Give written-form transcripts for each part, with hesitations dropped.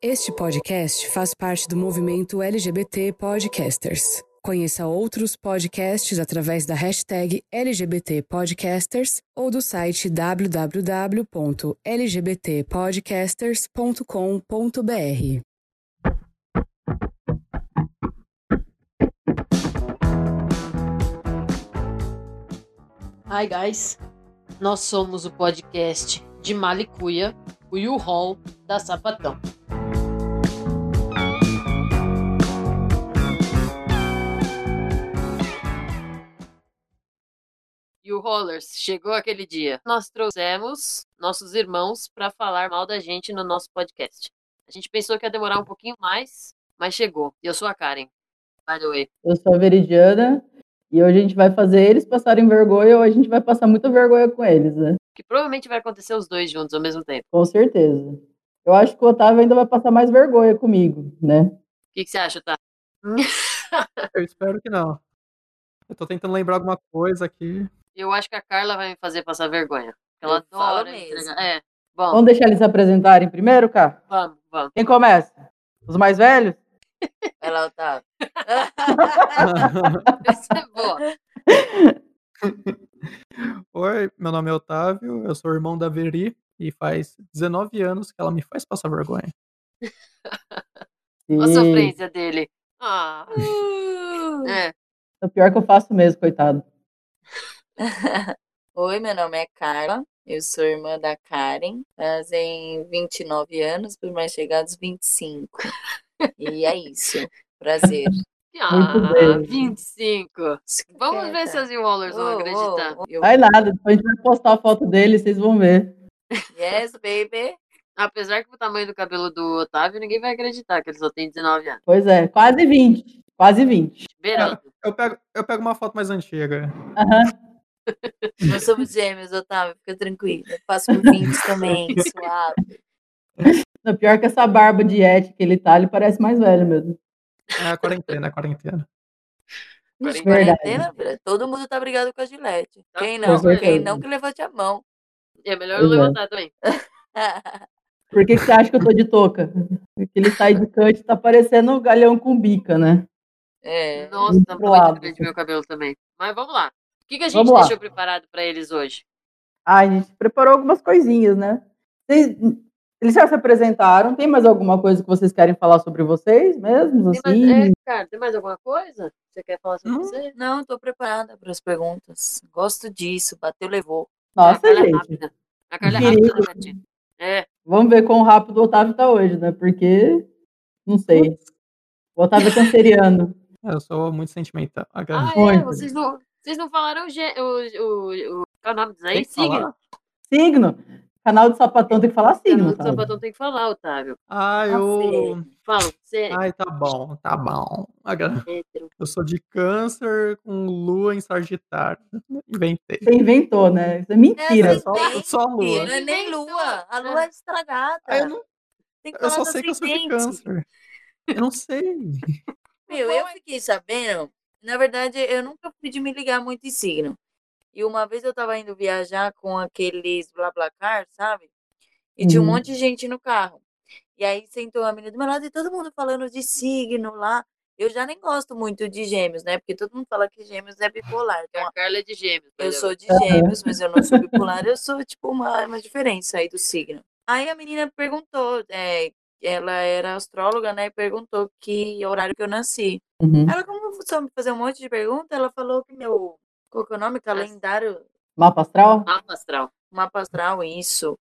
Este podcast faz parte do movimento LGBT Podcasters. Conheça outros podcasts através da hashtag LGBT Podcasters ou do site www.lgbtpodcasters.com.br. Hi guys, nós somos o podcast de Malicuia, o U-Haul da Sapatão. U-Haulers, chegou aquele dia. Nós trouxemos nossos irmãos para falar mal da gente no nosso podcast. A gente pensou que ia demorar um pouquinho mais, mas chegou. E eu sou a Karen, by the way. Eu sou a Veridiana e hoje a gente vai fazer eles passarem vergonha ou a gente vai passar muita vergonha com eles, né? Que provavelmente vai acontecer os dois juntos ao mesmo tempo. Com certeza. Eu acho que o Otávio ainda vai passar mais vergonha comigo, né? O que você acha, tá? Eu espero que não. Eu tô tentando lembrar alguma coisa aqui. Eu acho que a Carla vai me fazer passar vergonha. Ela adora entregar. É, bom. Vamos deixar eles se apresentarem primeiro, cara? Vamos. Quem começa? Os mais velhos? Vai lá, Otávio. Essa é boa. Oi, meu nome é Otávio, eu sou irmão da Veri e faz 19 anos que ela me faz passar vergonha. Olha a sofrência dele. É. É o pior que eu faço mesmo, coitado. Oi, meu nome é Carla, eu sou irmã da Karen, fazem 29 anos, por mais chegados 25. E é isso, prazer. Muito bem. 25. Vamos ver se as U-Haulers vão acreditar. Vai nada, depois a gente vai postar a foto dele e vocês vão ver. Yes, baby. Apesar que o tamanho do cabelo do Otávio, ninguém vai acreditar que ele só tem 19 anos. Pois é, quase 20. Quase 20. Beirando. Eu pego uma foto mais antiga. Nós somos gêmeos, Otávio, fica tranquilo. Eu passo por 20 também, suave. Não, pior que essa barba de Yeti que ele tá, ele parece mais velho mesmo. É a quarentena. Vixe, Verdade. quarentena, todo mundo tá brigado com a Gillette. Tá Quem com não? certeza. Quem não que levante a mão. É melhor Pois não é. levantar também. Por que você acha que eu tô de touca? Porque ele sai de cante e tá parecendo um galhão com bica, né? É. Nossa, tá Pro muito lado. grande meu cabelo também. Mas vamos lá. O que a gente Vamos lá. deixou preparado pra eles hoje? A gente preparou algumas coisinhas, né? Eles já se apresentaram. Tem mais alguma coisa que vocês querem falar sobre vocês mesmos? Assim? Cara, tem mais alguma coisa? Você quer falar sobre você? Não, tô preparada para as perguntas. Gosto disso, bateu, levou. a Nossa, Carla é gente. rápida. A Carla é Querido. rápida, né, Gatinho? É. Vamos ver quão rápido o Otávio tá hoje, né? Porque, não sei. O Otávio é canceriano. Eu sou muito sentimental. Muito. Vocês não falaram qual é o nome disso aí? Tem que falar? Signo. Canal de sapatão tem que falar signo, Signo. O Otávio. sapatão tem que falar, Otávio. Eu... Fala, você Ai, tá bom. é hétero. Eu sou de câncer com lua em Sagitário. Inventei. Você inventou, né? Isso é mentira. Só a lua. Não é nem lua. A lua é estragada. Tem que Eu falar só do sei que eu sou de ascendente. câncer. Eu não sei. Meu, eu fiquei sabendo. Na verdade, eu nunca fui de me ligar muito em signo. E uma vez eu tava indo viajar com aqueles BlaBlaCar, sabe? E tinha um monte de gente no carro. E aí sentou a menina do meu lado e todo mundo falando de signo lá. Eu já nem gosto muito de gêmeos, né? Porque todo mundo fala que gêmeos é bipolar. Então, A Carla é de gêmeos. eu sou de gêmeos, mas eu não sou bipolar. Eu sou, tipo, uma diferença aí do signo. Aí a menina perguntou, ela era astróloga, né? E perguntou que horário que eu nasci. Uhum. Ela começou a me fazer um monte de perguntas. Ela falou que meu... Qual que é o nome? Calendário... Mapa astral? Mapa astral. Mapa astral, isso.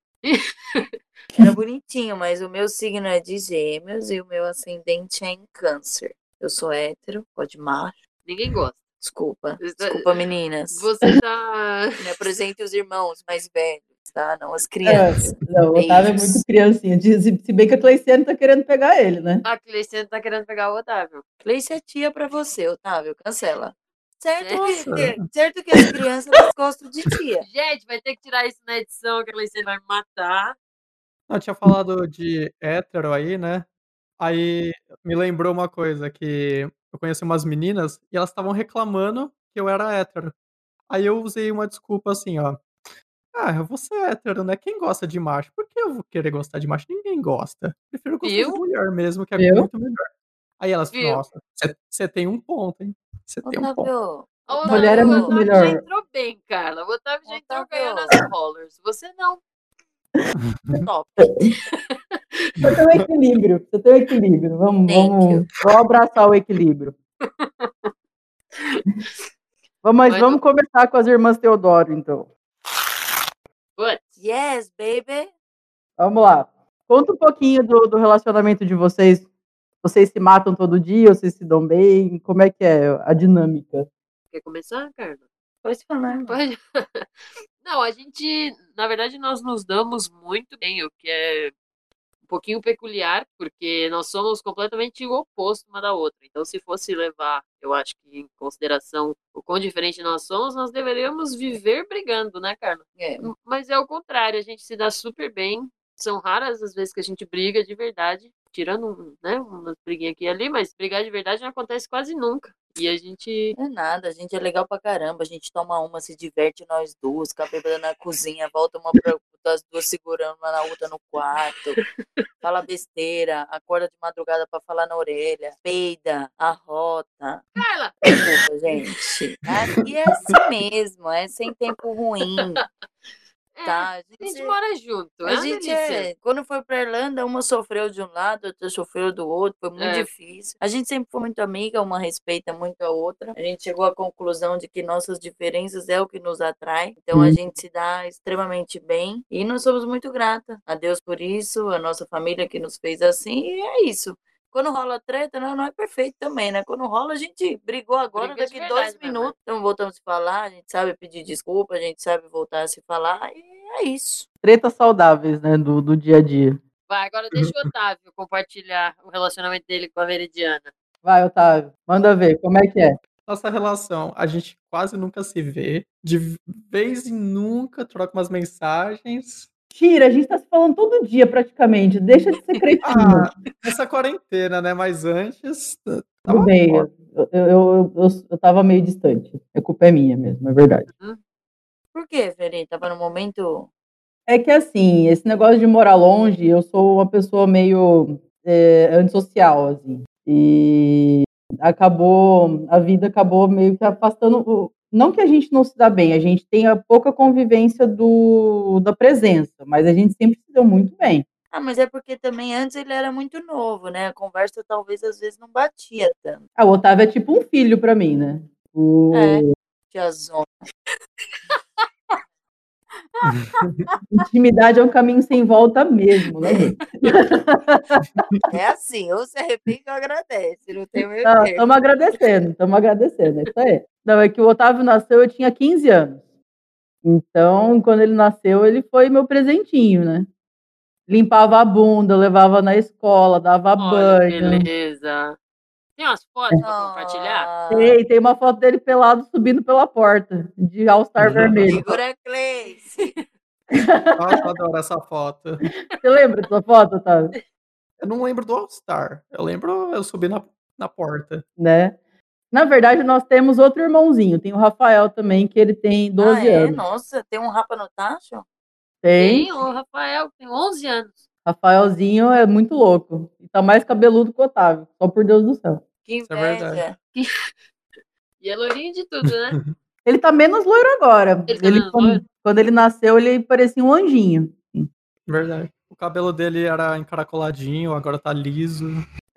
Era bonitinho, mas o meu signo é de gêmeos e o meu ascendente é em câncer. Eu sou hétero, pode macho. Ninguém gosta. Desculpa, meninas. Você tá... Me apresente os irmãos mais velhos, tá? Não as crianças. Não, o Otávio é muito criancinha. Se bem que a Cleiciane tá querendo pegar ele, né? A Cleiciane tá querendo pegar o Otávio. Cleice é tia pra você, Otávio. Cancela. Nossa. Certo que as crianças elas gostam de tia. Gente, vai ter que tirar isso na edição, que a Cleiciane vai me matar. Eu tinha falado de hétero aí, né? Aí me lembrou uma coisa, que eu conheci umas meninas e elas estavam reclamando que eu era hétero. Aí eu usei uma desculpa assim, ó. eu vou ser hétero, né? Quem gosta de macho? Por que eu vou querer gostar de macho? Ninguém gosta. Prefiro gostar de Viu? mulher mesmo, que é Viu? muito melhor. Aí elas, Viu? nossa, você tem um ponto, hein? Você tem um ponto. Otávio, Mulher é O muito Otávio já melhor. entrou bem, Carla. O Otávio já entrou Otávio. ganhando as rollers. Você não. top. Você tem um equilíbrio. Você tem um equilíbrio. Thank you. Vamos abraçar o equilíbrio. Mas Vamos começar com as irmãs Teodoro, então. Putz, Yes, baby. Vamos lá. Conta um pouquinho do relacionamento de vocês. Vocês se matam todo dia? Vocês se dão bem? Como é que é a dinâmica? quer começar, Carla? Pode falar, irmão. Pode. Não, a gente, na verdade, nós nos damos muito bem, o que é um pouquinho peculiar, porque nós somos completamente o oposto uma da outra. Então, se fosse levar, eu acho que em consideração o quão diferente nós somos, nós deveríamos viver brigando, né, Carla? É. Mas é o contrário, a gente se dá super bem. São raras as vezes que a gente briga de verdade, tirando, né, umas briguinhas aqui e ali, mas brigar de verdade não acontece quase nunca. E a gente. Não é nada, a gente é legal pra caramba. A gente toma uma, se diverte nós duas, fica bêbada na cozinha, volta uma pra as duas segurando uma na outra no quarto, fala besteira, acorda de madrugada pra falar na orelha, peida, arrota. Carla! Desculpa, gente. Aqui é assim mesmo, é sem tempo ruim. Tá, A gente mora junto, é a uma gente delícia. quando foi pra Irlanda, uma sofreu de um lado, outra sofreu do outro, foi muito difícil. A gente sempre foi muito amiga, uma respeita muito a outra. A gente chegou à conclusão de que nossas diferenças é o que nos atrai. Então a gente se dá extremamente bem e nós somos muito grata a Deus por isso, a nossa família que nos fez assim, e é isso. Quando rola treta, não é perfeito também, né? Quando rola, a gente brigou agora, Briga de daqui verdade 2 mesmo, minutos, então voltamos a se falar, a gente sabe pedir desculpa, a gente sabe voltar a se falar, e é isso. Tretas saudáveis, né, do dia a dia. Vai, agora deixa o Otávio compartilhar o relacionamento dele com a Veridiana. Vai, Otávio, manda ver, como é que é? Nossa relação, a gente quase nunca se vê. De vez em nunca troca umas mensagens. Tira, a gente tá se falando todo dia praticamente. Deixa de ser cretino. Essa quarentena, né? Mas antes. Tudo bem, eu tava meio distante. A culpa é minha mesmo, é verdade. Por quê, Feri? Tava no momento. É que assim, esse negócio de morar longe, eu sou uma pessoa meio antissocial, assim. E a vida acabou meio que afastando. Não que a gente não se dá bem, a gente tenha pouca convivência da presença, mas a gente sempre se deu muito bem. Mas é porque também antes ele era muito novo, né? A conversa talvez às vezes não batia tanto. O Otávio é tipo um filho pra mim, né? Tiazona. Intimidade é um caminho sem volta mesmo, né? É assim, ou se arrepende ou agradece, não tem meio Não, termo. estamos agradecendo, é isso aí. Não, é que o Otávio nasceu, eu tinha 15 anos. Então, quando ele nasceu, ele foi meu presentinho, né? Limpava a bunda, levava na escola, dava Olha, banho. beleza. Tem umas fotos pra compartilhar? Tem uma foto dele pelado subindo pela porta, de All-Star vermelho. Figura Cleice. Nossa, eu adoro essa foto. Você lembra dessa foto, Otávio? Eu não lembro do All-Star. Eu lembro eu subi na porta. Né? Na verdade, nós temos outro irmãozinho. Tem o Rafael também, que ele tem 12 anos. Nossa, tem um rapa no tacho? Tem. Tem, o Rafael tem 11 anos. Rafaelzinho é muito louco. E tá mais cabeludo que o Otávio. Só por Deus do céu. Que Isso é verdade. inveja. E é lourinho de tudo, né? Ele tá menos loiro agora. Ele tá menos loiro? Quando ele nasceu, ele parecia um anjinho. Verdade. O cabelo dele era encaracoladinho, agora tá liso.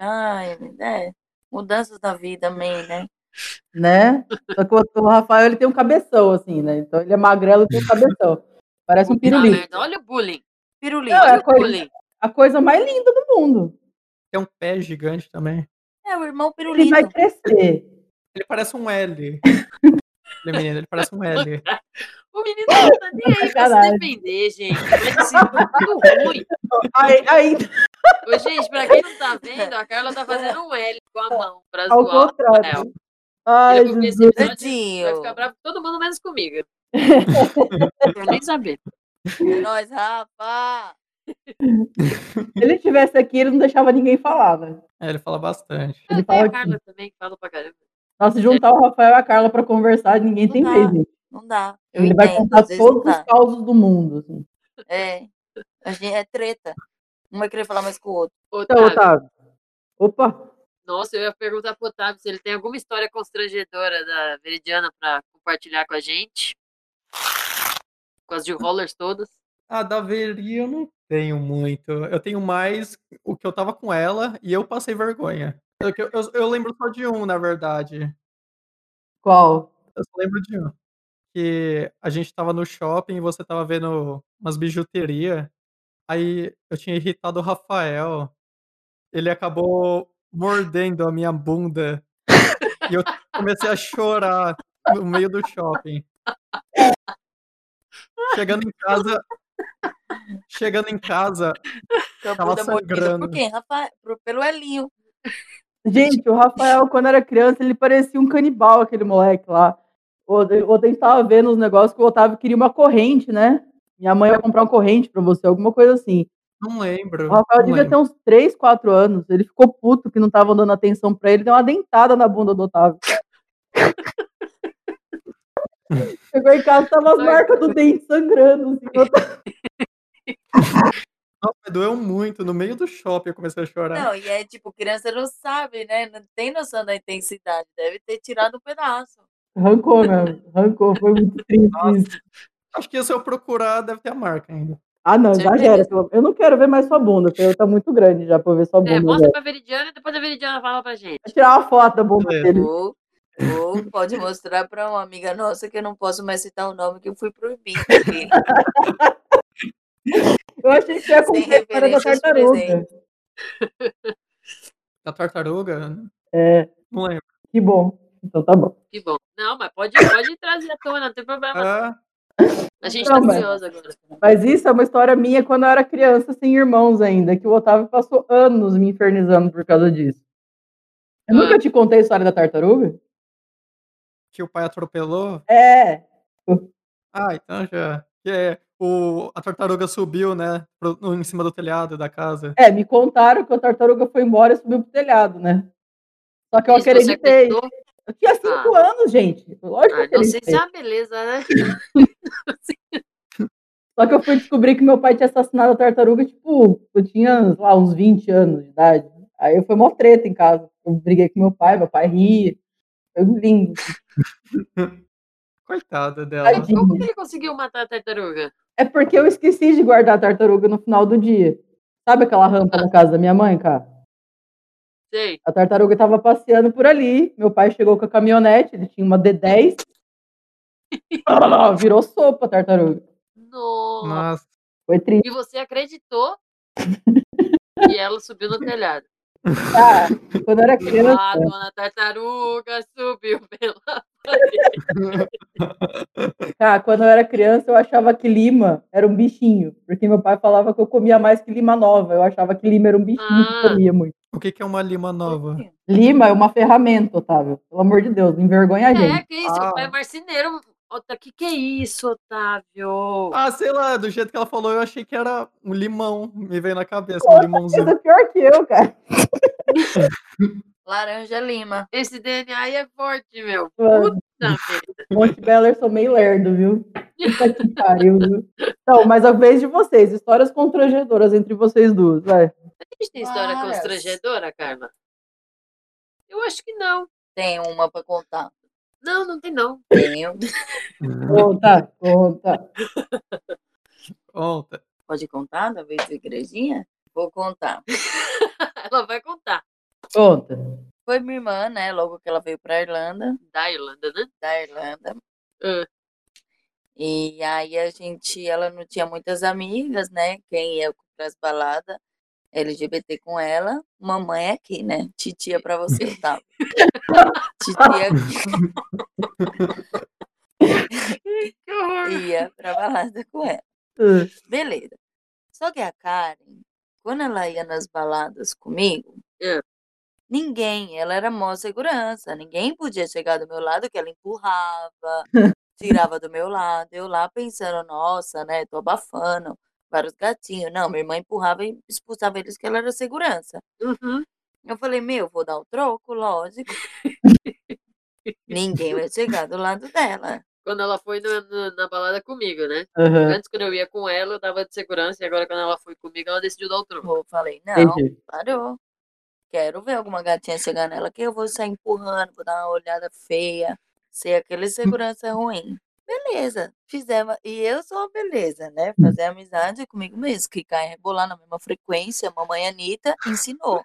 Mudanças da vida, amém, né? Né? Só que o Rafael, ele tem um cabeção, assim, né? Então ele é magrelo e tem um cabeção. Parece um pirulito. Merda, olha o bullying. Pirulito. Não, Olha o bullying. a coisa mais linda do mundo. Tem um pé gigante também. O irmão Ele pirulito. vai crescer. Ele parece um L. Ele parece um L. O menino não tá nem aí pra se Caralho. defender, gente. Mas assim, foi tudo ruim. Aí, Ô, gente, pra quem não tá vendo, a Carla tá fazendo um L com a mão pra ao zoar o Rafael. contrário. Ai, Ele esse Jesus. episódio vai ficar bravo com todo mundo, menos comigo. Quero nem saber. Nós, Rafa. Se ele tivesse aqui, ele não deixava ninguém falar, né? Ele fala bastante. Ele Tem fala a Carla também, que fala pra caramba. Nossa, se juntar o Rafael e a Carla pra conversar, ninguém tem Não vez, dá. gente. Não dá. Eu Ele vai entendo, contar às vezes não todos os dá. causos do mundo. Assim. É treta. Um vai querer falar mais com o outro. Então, Otávio. Otávio. Opa! Nossa, eu ia perguntar pro Otávio se ele tem alguma história constrangedora da Veridiana pra compartilhar com a gente. Com as de rollers todas. Ah, da Veri eu não tenho muito. Eu tenho mais o que eu tava com ela e eu passei vergonha. Eu lembro só de um, na verdade. Qual? Eu só lembro de um. Que a gente tava no shopping e você tava vendo umas bijuteria. Aí eu tinha irritado o Rafael. Ele acabou mordendo a minha bunda. E eu comecei a chorar no meio do shopping. Chegando em casa, Com a tava bunda mordida. Por sangrando. quem, Rafael? Pelo Elinho. Gente, o Rafael, quando era criança, ele parecia um canibal, aquele moleque lá. Ontem a gente tava vendo os negócios que o Otávio queria uma corrente, né? Minha mãe vai comprar uma corrente pra você, alguma coisa assim. Não O lembro. Rafael Não devia ter lembro. uns 3, 4 anos. Ele ficou puto que não estavam dando atenção pra ele, deu uma dentada na bunda do Otávio. Chegou em casa, tava as marcas do dente sangrando. Assim, o Otávio. Nossa, doeu muito. No meio do shopping eu comecei a chorar. Não, e é tipo, criança não sabe, né? Não tem noção da intensidade. Deve ter tirado um pedaço. Arrancou mesmo, arrancou. Foi muito triste isso. Acho que se eu procurar, deve ter a marca ainda. Ah, não, exagera. Certeza. Eu não quero ver mais sua bunda. Você tá muito grande já pra eu ver sua bunda. Mostra pra Veridiana e depois a Veridiana fala pra gente. Vou tirar uma foto da bunda Beleza. dele. Ou pode mostrar pra uma amiga nossa que eu não posso mais citar o nome que eu fui proibida aqui. Eu achei que você ia Sem contar a história da referências tartaruga. presentes. Da tartaruga? É, Não lembro. que bom. Então tá bom. Que bom. Não, mas pode trazer à tona, não tem problema. Ah, A gente Não, tá mas- curioso agora. Mas isso é uma história minha quando eu era criança, sem irmãos ainda, que o Otávio passou anos me infernizando por causa disso. Eu Ah. nunca te contei a história da tartaruga? que o pai atropelou? É. Ah, então já. A tartaruga subiu, né? Em cima do telhado da casa. É, me contaram que a tartaruga foi embora e subiu pro telhado, né? Só que eu Isso, você acreditei. acreditou? Eu tinha 5 anos, gente. Lógico que eu Inocência acreditei. é uma beleza, né? Só que eu fui descobrir que meu pai tinha assassinado a tartaruga, tipo, eu tinha, sei lá, uns 20 anos de idade. Aí foi mó treta em casa. Eu briguei com meu pai ria. Foi lindo. Coitada dela. Tadinha. Como que ele conseguiu matar a tartaruga? É porque eu esqueci de guardar a tartaruga no final do dia. Sabe aquela rampa na casa da minha mãe, cara? Sei. A tartaruga estava passeando por ali. Meu pai chegou com a caminhonete, ele tinha uma D10. Virou sopa a tartaruga. Nossa. Nossa. Foi triste. E você acreditou que ela subiu no telhado. Ah, quando eu era criança, A dona tartaruga subiu pela cara, quando eu era criança, eu achava que lima era um bichinho. Porque meu pai falava que eu comia mais que lima nova. Eu achava que lima era um bichinho que comia muito. O que é uma lima nova? Lima é uma ferramenta, Otávio. Pelo amor de Deus, não envergonha a gente. que isso? Ah. O pai é marceneiro. Que é isso, Otávio? Ah, sei lá, do jeito que ela falou, eu achei que era um limão. Me veio na cabeça, um limãozinho. Você é pior que eu, cara. Laranja lima. Esse DNA aí é forte, meu. Mano. Puta merda. Monte Beller, sou meio lerdo, viu? Puta que pariu, viu? Então, mas a vez de vocês, histórias constrangedoras entre vocês duas, vai. A gente tem história Várias. constrangedora, Carla? Eu acho que não. Tem uma pra contar. Não, não tem não. Tenho. Conta. Conta. Pode contar da vez da igrejinha? Vou contar. Ela vai contar. Conta. Foi minha irmã, né? Logo que ela veio pra Irlanda. Da Irlanda, né? Da Irlanda. Ah. E aí ela não tinha muitas amigas, né? Quem ia pras baladas LGBT com ela, mamãe aqui, né? Titia pra você, Otávio. Titia Que horror. ia pra balada com ela. Beleza. Só que a Karen, quando ela ia nas baladas comigo, ela era mó segurança. Ninguém podia chegar do meu lado, que ela empurrava, tirava do meu lado. Eu lá pensando, nossa, né? Tô abafando. Vários gatinhos. Não, minha irmã empurrava e expulsava eles, que ela era segurança. Uhum. Eu falei, vou dar o troco, lógico. Ninguém vai chegar do lado dela. Quando ela foi na balada comigo, né? Aham, Antes, quando eu ia com ela, eu dava de segurança. E agora, quando ela foi comigo, ela decidiu dar o troco. Eu falei, não, entendi. parou. Quero ver alguma gatinha chegar nela que eu vou sair empurrando, vou dar uma olhada feia, ser aquele segurança ruim. Beleza, fizemos. E eu sou uma beleza, né? Fazer amizade comigo mesmo, que cai rebolar na mesma frequência. Mamãe Anitta ensinou.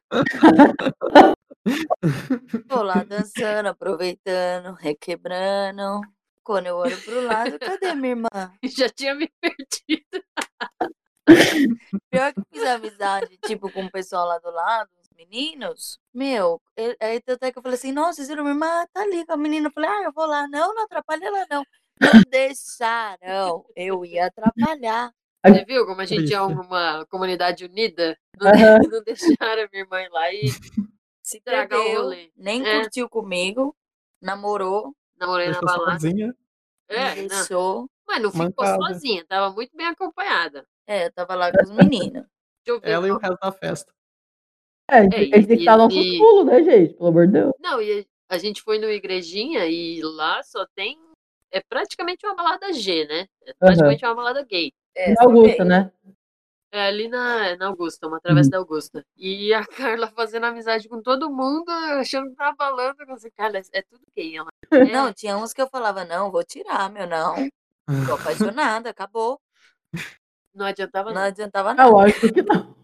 Tô lá dançando, aproveitando, requebrando. Quando eu olho pro lado, cadê minha irmã? Já tinha me perdido. Pior que eu fiz amizade, tipo, com o pessoal lá do lado, os meninos. Meu, aí até que eu falei assim, nossa, vocês viram minha irmã? Tá ali com a menina. Eu falei, eu vou lá. Não, não atrapalha ela, não. Não deixaram. Eu ia atrapalhar. Você viu como a gente Triste. é uma comunidade unida? Aham. Não deixaram a minha irmã ir lá e Se estragar o perdeu, rolê. nem É. curtiu comigo, namorou, Namorei na Deixou balada. sozinha. me Não. deixou. Mas não ficou Mancada. sozinha, tava muito bem acompanhada. Eu tava lá com os meninos. Deixa eu ver. Ela e o resto da festa. A gente tem que dar nossos pulos, né, gente? Pelo amor de Deus. Não, e a gente foi no Igrejinha e lá só tem. É praticamente uma balada G, né? É praticamente uma balada gay. Na só Augusta, gay. né? É ali na Augusta, uma travessa da Augusta. E a Carla fazendo amizade com todo mundo, achando que tava balando. Eu falei, Carla, é tudo gay. Ela, Não, tinha uns que eu falava, não, vou tirar, meu, não. Tô apaixonada, acabou. não adiantava Não nada. adiantava Ah, nada. lógico que não.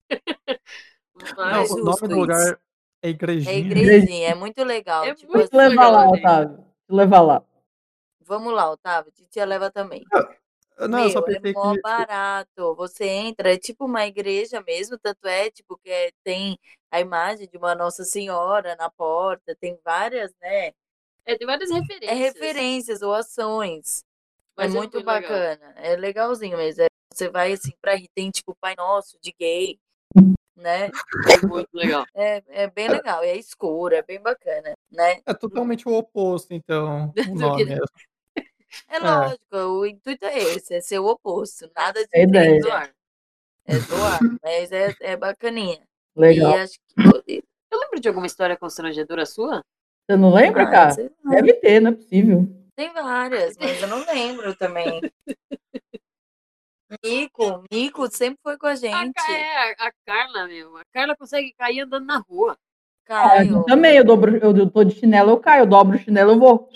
Não, Mas o nome do lugar é É Igrejinha. igrejinha, é muito legal. É tipo muito Te levar lá, legal, gente. Otávio. Te levar lá. Vamos lá, Otávio, titia leva também. Não, eu só Meu, é pensei mó que barato. Você entra, é tipo uma igreja mesmo, tanto é, tipo, que tem a imagem de uma Nossa Senhora na porta, tem várias, né? Tem várias É referências. referências ou ações. Mas é muito legal. bacana. É legalzinho mesmo. Você vai assim pra rir, tem tipo Pai Nosso de gay, né? É muito legal. É bem legal, é escuro, é bem bacana, né? é totalmente o oposto, então, o nome. É lógico, o intuito é esse, é ser o oposto, nada de É ideia. igreja. É zoar, mas é bacaninha. E Legal. acho que. Eu lembro de alguma história constrangedora sua? Você não lembra, cara? sei lá. Deve ter, não é possível. Tem várias, mas eu não lembro também. Mico sempre foi com a gente. A Carla, meu. A Carla consegue cair andando na rua. Caio. Eu também, eu tô de chinelo, eu caio, eu dobro o chinelo, eu vou.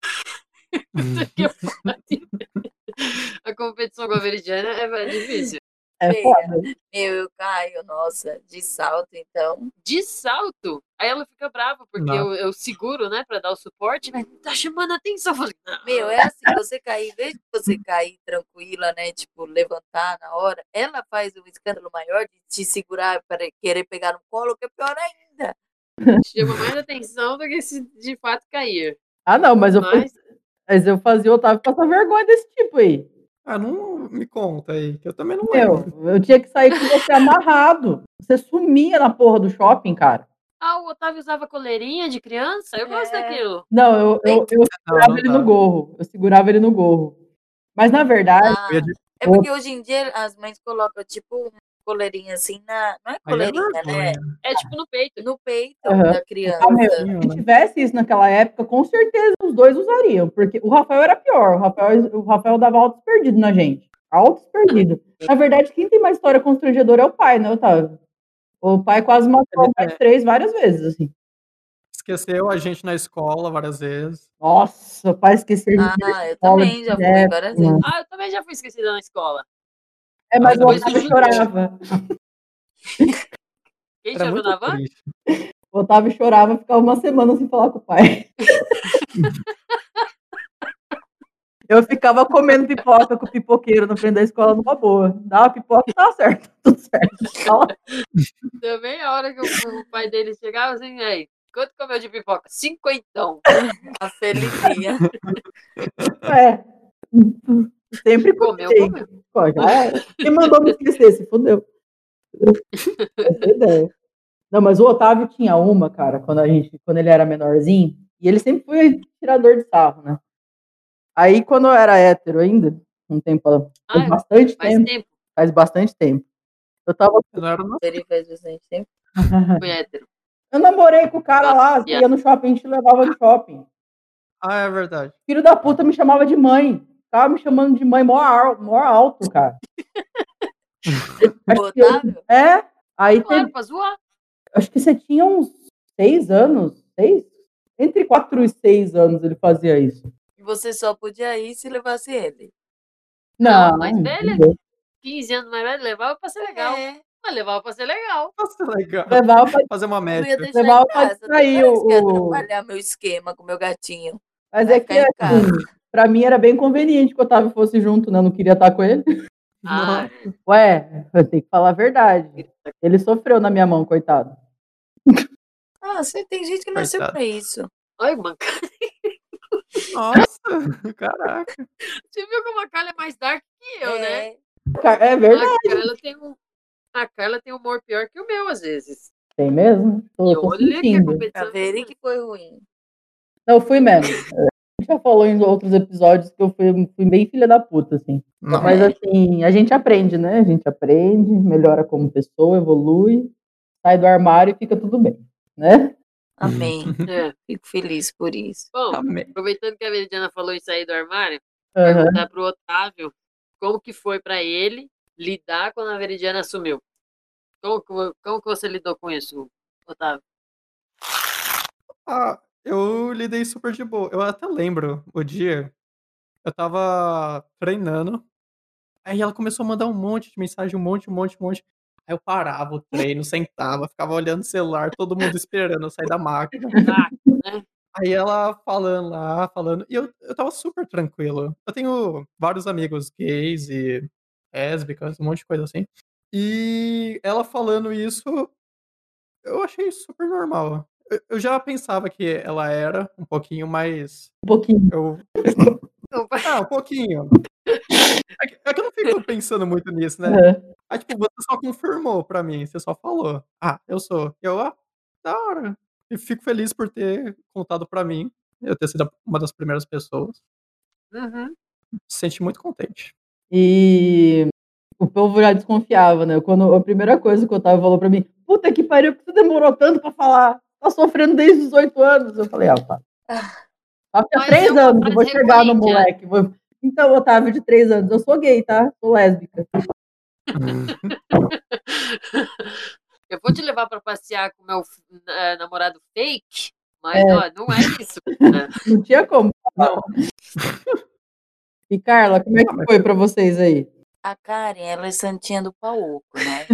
A competição com a Veridiana é difícil. É foda. Eu caio, nossa, de salto, então. De salto? Aí ela fica brava, porque eu seguro, né, pra dar o suporte, mas tá chamando a atenção. Eu falei, não. Meu, é assim, você cair, em vez de você cair tranquila, né, tipo, levantar na hora, ela faz um escândalo maior de te segurar para querer pegar no colo, que é pior ainda. Chama mais atenção do que se de fato cair. Ah, não, mas eu fazia o Otávio passar vergonha desse tipo aí. Ah, não me conta aí, que eu também não lembro. Eu tinha que sair com você amarrado. Você sumia na porra do shopping, cara. Ah, o Otávio usava coleirinha de criança? Eu gosto daquilo. Não, eu segurava ele no gorro. Eu segurava ele no gorro. Mas, na verdade... É porque hoje em dia as mães colocam, tipo, uma coleirinha assim na... Não é coleirinha, né? É tipo no peito. No peito Uhum. da criança. Se tivesse isso naquela época, com certeza os dois usariam. Porque o Rafael era pior. O Rafael dava altos perdidos na gente. Altos perdidos. Na verdade, quem tem mais história constrangedora é o pai, né, Otávio? O pai quase matou mais 3 várias vezes, assim. Esqueceu a gente na escola várias vezes. Nossa, o pai esqueceu de eu também já fui várias vezes. Ah, eu também já fui esquecida na escola. Mas o Otávio chorava. Quem chorou na van? O Otávio chorava, ficava uma semana sem falar com o pai. Eu ficava comendo pipoca com o pipoqueiro na frente da escola numa boa. Dava pipoca e tava certo, tudo certo. Também a hora que o pai dele chegava assim, aí, quanto comeu de pipoca? 50. A Felizinha. Sempre comeu. Pô, já era. Quem mandou me esquecer, se fudeu. Essa é a ideia. Não, mas o Otávio tinha uma, cara, quando ele era menorzinho, e ele sempre foi tirador de sarro, né? Aí, quando eu era hétero ainda, faz bastante tempo. Eu tava... Ele faz bastante tempo. Foi hétero. Eu namorei com o cara lá, ia no shopping, a gente levava no shopping. Ah, é verdade. Filho da puta me chamava de mãe. Tava me chamando de mãe mó alto, cara. O Otávio? Aí Claro, pra zoar. acho que você tinha uns 6 anos, 6? Entre 4 e 6 anos ele fazia isso. E você só podia ir se levasse ele. Não, mais velha. 15 anos mais velha, levava pra ser legal. É. Mas levava pra ser legal. Nossa, legal. Levava pra, Fazer uma Eu ia média. deixar levava em pra casa. distrair Toda vez que ia o... atrapalhar meu esquema com meu gatinho. Mas Vai é que, ficar em casa. assim, pra mim era bem conveniente que o Otávio fosse junto, né? Eu não queria estar com ele. Ah, Ué, eu tenho que falar a verdade. Ele sofreu na minha mão, coitado. Ah, tem gente que nasceu Coitado. pra isso. olha, mano. Nossa, caraca. Você viu como a Carla é mais dark que eu, né? É verdade. A Carla tem um humor pior que o meu, às vezes. Tem mesmo? E Tô olha que a sentindo. competição Pra verem que foi ruim. Não, eu fui mesmo. A gente já falou em outros episódios que eu fui bem filha da puta, assim. Não. Mas, assim, a gente aprende, né? A gente aprende, melhora como pessoa, evolui, sai do armário e fica tudo bem, né? Amém. É. Fico feliz por isso. Bom, Amém. aproveitando que a Veridiana falou em sair do armário, Aham. perguntar pro Otávio como que foi pra ele lidar quando a Veridiana assumiu. Como que você lidou com isso, Otávio? Ah, eu lidei super de boa. Eu até lembro o dia, eu tava treinando, aí ela começou a mandar um monte de mensagem, um monte. Aí eu parava o treino, sentava, ficava olhando o celular, todo mundo esperando eu sair da máquina. Ah, né? Aí ela falando lá, e eu tava super tranquilo. Eu tenho vários amigos gays e lésbicas, um monte de coisa assim. E ela falando isso, eu achei super normal. Eu já pensava que ela era um pouquinho mais. Um pouquinho. Um pouquinho. É que eu não fico pensando muito nisso, né? Aham. Aí, tipo, você só confirmou pra mim, você só falou. Ah, eu sou. Da hora. E fico feliz por ter contado pra mim, eu ter sido uma das primeiras pessoas. Uhum. Se sente muito contente. E o povo já desconfiava, né? Quando a primeira coisa que o Otávio falou pra mim, puta que pariu, que você demorou tanto pra falar? Tá sofrendo desde os 18 anos. Eu falei, pá. Há Mas 3 é uma anos, eu vou frase chegar no recorrente, moleque. Então, Otávio, de 3 anos, eu sou gay, tá? Sou lésbica. Eu vou te levar pra passear com meu namorado fake, mas ó, não é isso. Não tinha como. Não. E Carla, como é que foi pra vocês aí? A Karen, ela é santinha do pau oco, né?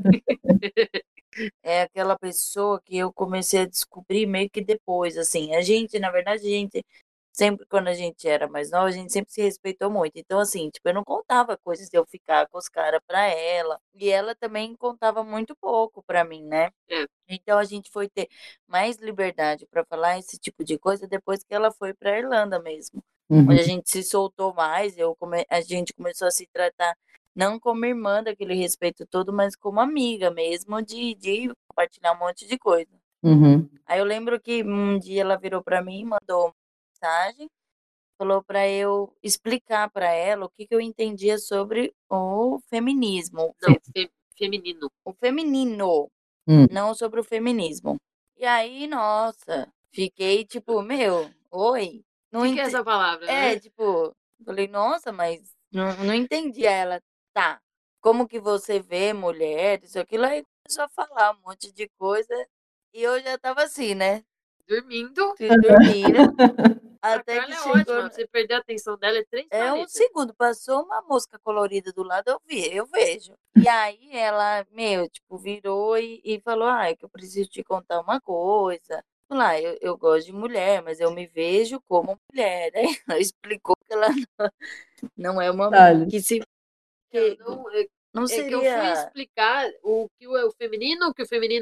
É aquela pessoa que eu comecei a descobrir meio que depois, assim. Na verdade, a gente sempre, quando a gente era mais nova, a gente sempre se respeitou muito. Então, assim, tipo, eu não contava coisas de eu ficar com os caras pra ela. E ela também contava muito pouco pra mim, né? É. Então, a gente foi ter mais liberdade pra falar esse tipo de coisa depois que ela foi pra Irlanda mesmo. Uhum. Onde a gente se soltou mais, a gente começou a se tratar não como irmã daquele respeito todo, mas como amiga mesmo, de compartilhar um monte de coisa. Uhum. Aí eu lembro que um dia ela virou pra mim, mandou uma mensagem, falou pra eu explicar pra ela o que eu entendia sobre o feminismo. Não, feminino. O feminino, Hum. não sobre o feminismo. E aí, nossa, fiquei tipo, oi. O que é essa palavra, né? Tipo, falei, nossa, mas não entendi. Aí ela, tá, como que você vê mulher, isso, aquilo, aí começou a falar um monte de coisa, e eu já tava assim, né, Dormindo. dormindo, A até Carla que é chegou, ótima. Você perder a atenção dela é 3 um planetas. segundo, passou uma mosca colorida do lado, eu vejo. E aí ela, tipo, virou e falou, é que eu preciso te contar uma coisa. Lá, eu gosto de mulher, mas eu me vejo como mulher. Aí ela explicou que ela não é uma que se que não É que eu fui seria explicar o que é o feminino,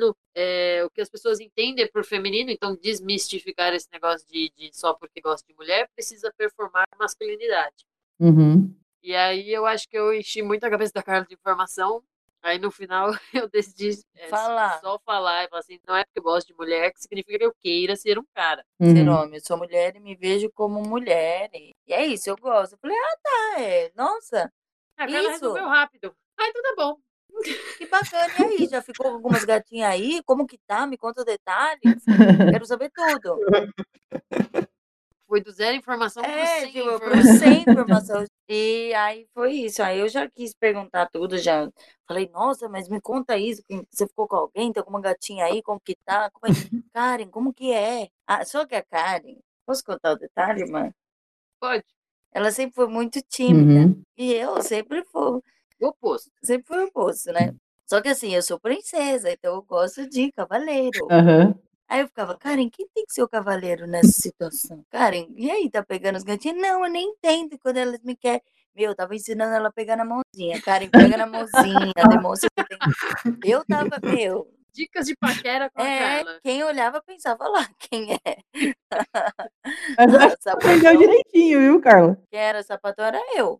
o que as pessoas entendem por feminino, então desmistificar esse negócio de só porque gosta de mulher, precisa performar masculinidade. Uhum. E aí eu acho que eu enchi muito a cabeça da Carla de informação, aí no final eu decidi falar. só falar e falar assim, não é porque eu gosto de mulher que significa que eu queira ser um cara. Ser Uhum. homem, eu sou mulher e me vejo como mulher. E é isso, eu gosto. Eu falei, tá, nossa, A Carla isso, resolveu rápido. Ah, então tá bom. que bacana. E aí, já ficou com algumas gatinhas aí? Como que tá? Me conta detalhes. Quero saber tudo. Foi do zero informação pro sem tipo, informação. pro sem informação. E aí foi isso. Aí eu já quis perguntar tudo, já falei, nossa, mas me conta isso. Você ficou com alguém? Tem alguma gatinha aí? Como que tá? Karen, como que é? Ah, só que a Karen, posso contar o detalhe, mano? Pode. Ela sempre foi muito tímida. Uhum. E eu sempre fui O oposto. o oposto, né? Só que assim, eu sou princesa, então eu gosto de cavaleiro. Aham. Aí eu ficava, Karen, quem tem que ser o cavaleiro nessa situação? Karen, e aí, tá pegando os gatinhos? Não, eu nem entendo quando elas me querem. Meu, eu tava ensinando ela a pegar na mãozinha. Karen, pega na mãozinha, demonstra que tem. Eu tava, meu. Dicas de paquera com a Carla. Quem olhava pensava lá, quem é? Mas eu acho que você aprendeu direitinho, viu, Carla? Quem era sapatão era eu.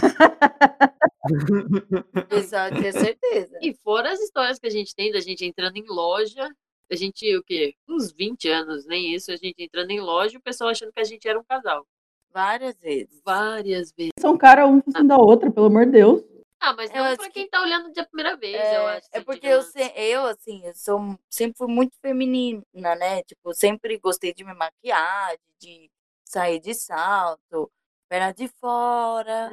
Pessoal, tinha certeza. E fora as histórias que a gente tem da gente entrando em loja, a gente, o quê? Uns 20 anos, nem isso, a gente entrando em loja e o pessoal achando que a gente era um casal. Várias vezes. Várias vezes. São cara um focinho da outra, pelo amor de Deus. Ah, mas não pra quem tá olhando de primeira vez, eu acho. É porque eu sempre fui muito feminina, né? Tipo, sempre gostei de me maquiar, de sair de salto, perna de fora.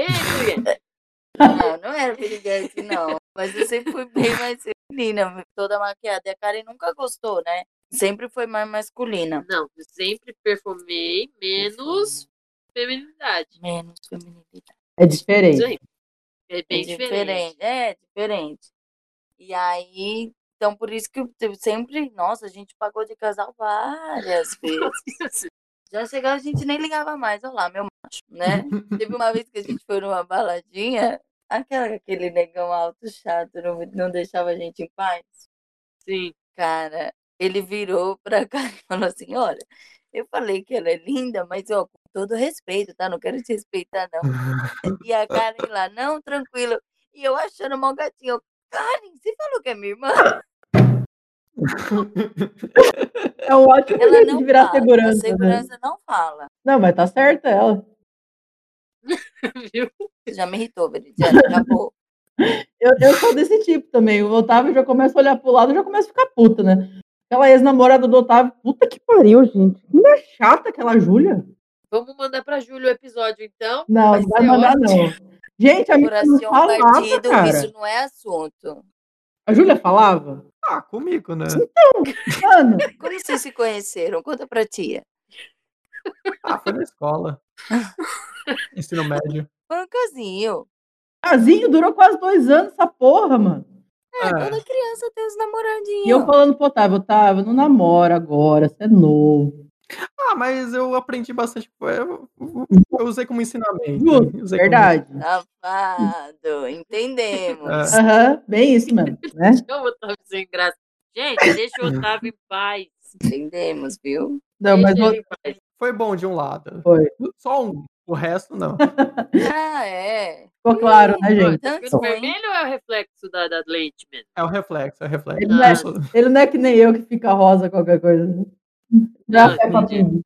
Não era piriguete, não. Mas eu sempre fui bem mais feminina, toda maquiada. E a Karen nunca gostou, né? Sempre foi mais masculina. Não, eu sempre perfumei menos feminilidade. Menos feminilidade. É diferente. Isso aí. É bem diferente. É diferente. E aí, então por isso que eu sempre, nossa, a gente pagou de casal várias vezes. Já chegava, a gente nem ligava mais, olha lá, meu macho, né? Teve uma vez que a gente foi numa baladinha, aquele negão alto chato não deixava a gente em paz. Sim. Cara, ele virou pra cá e falou assim, olha, eu falei que ela é linda, mas ó, com todo respeito, tá? Não quero te respeitar, não. E a Karen lá, não, tranquilo. E eu achando mal gatinho. Karen, você falou que é minha irmã? É um ótimo Ela jeito não de virar fala. segurança. A segurança Né? não fala. Não, mas tá certa ela. Viu? Já me irritou, Veridiana. Acabou. Eu sou desse tipo também. O Otávio já começa a olhar pro lado e já começa a ficar puta, né? Aquela ex-namorada do Otávio. Puta que pariu, gente. Não é chata aquela Júlia? Vamos mandar pra Júlia o episódio, então. Não, não vai mandar, ótimo. não. Gente, a menina não falava, partido, cara. isso não é assunto. A Júlia falava? Ah, comigo, né? Então, mano. Como vocês se conheceram? Conta pra tia. Ah, foi na escola. Ensino médio. Foi um casinho. Casinho durou quase 2 anos, essa porra, mano. Toda criança tem os namoradinhos. E eu falando pro Otávio, não namora agora, você é novo. Ah, mas eu aprendi bastante. Eu usei como ensinamento. Justo, verdade. Safado, entendemos. Aham, bem isso mesmo, né? Deixa o Otávio sem graça. Gente, deixa o Otávio em paz. Entendemos, viu? Não, mas Deixa ele em paz. Foi bom de um lado. Foi. Só um. O resto, não. É. Ficou claro, né, gente? O vermelho é o reflexo da Leite mesmo? É o reflexo, é o reflexo. Ele não é que nem eu que fica rosa qualquer coisa. Já é pra tudo.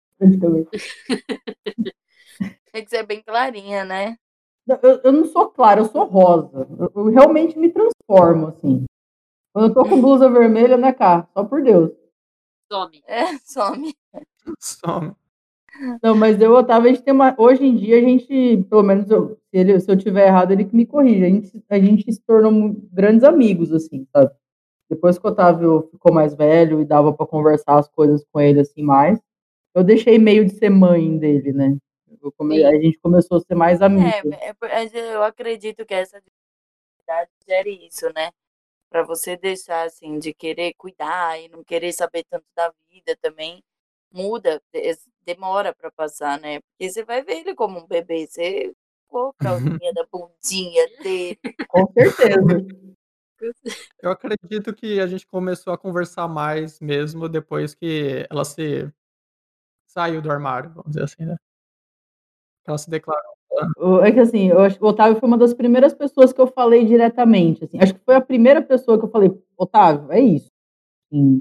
Tem que ser bem clarinha, né? Eu não sou clara, eu sou rosa. Eu realmente me transformo, assim. Quando eu tô com blusa vermelha, né, cá? Só por Deus. Some. Some. Some. Não, mas eu, Otávio, a gente tem uma. Hoje em dia, a gente, pelo menos, se eu tiver errado, ele que me corrige. A gente se tornou grandes amigos, assim, sabe? Depois que o Otávio ficou mais velho e dava pra conversar as coisas com ele, assim, mais, eu deixei meio de ser mãe dele, né? A gente começou a ser mais amigos. Eu acredito que essa dificuldade gere isso, né? Pra você deixar, assim, de querer cuidar e não querer saber tanto da vida também, muda, demora pra passar, né? Porque você vai ver ele como um bebê, você compra a unha da bundinha dele. Com certeza. Eu acredito que a gente começou a conversar mais mesmo depois que ela se saiu do armário, vamos dizer assim, né? Ela se declarou. É que assim, eu acho que o Otávio foi uma das primeiras pessoas que eu falei diretamente. Assim, acho que foi a primeira pessoa que eu falei, Otávio, é isso. Assim,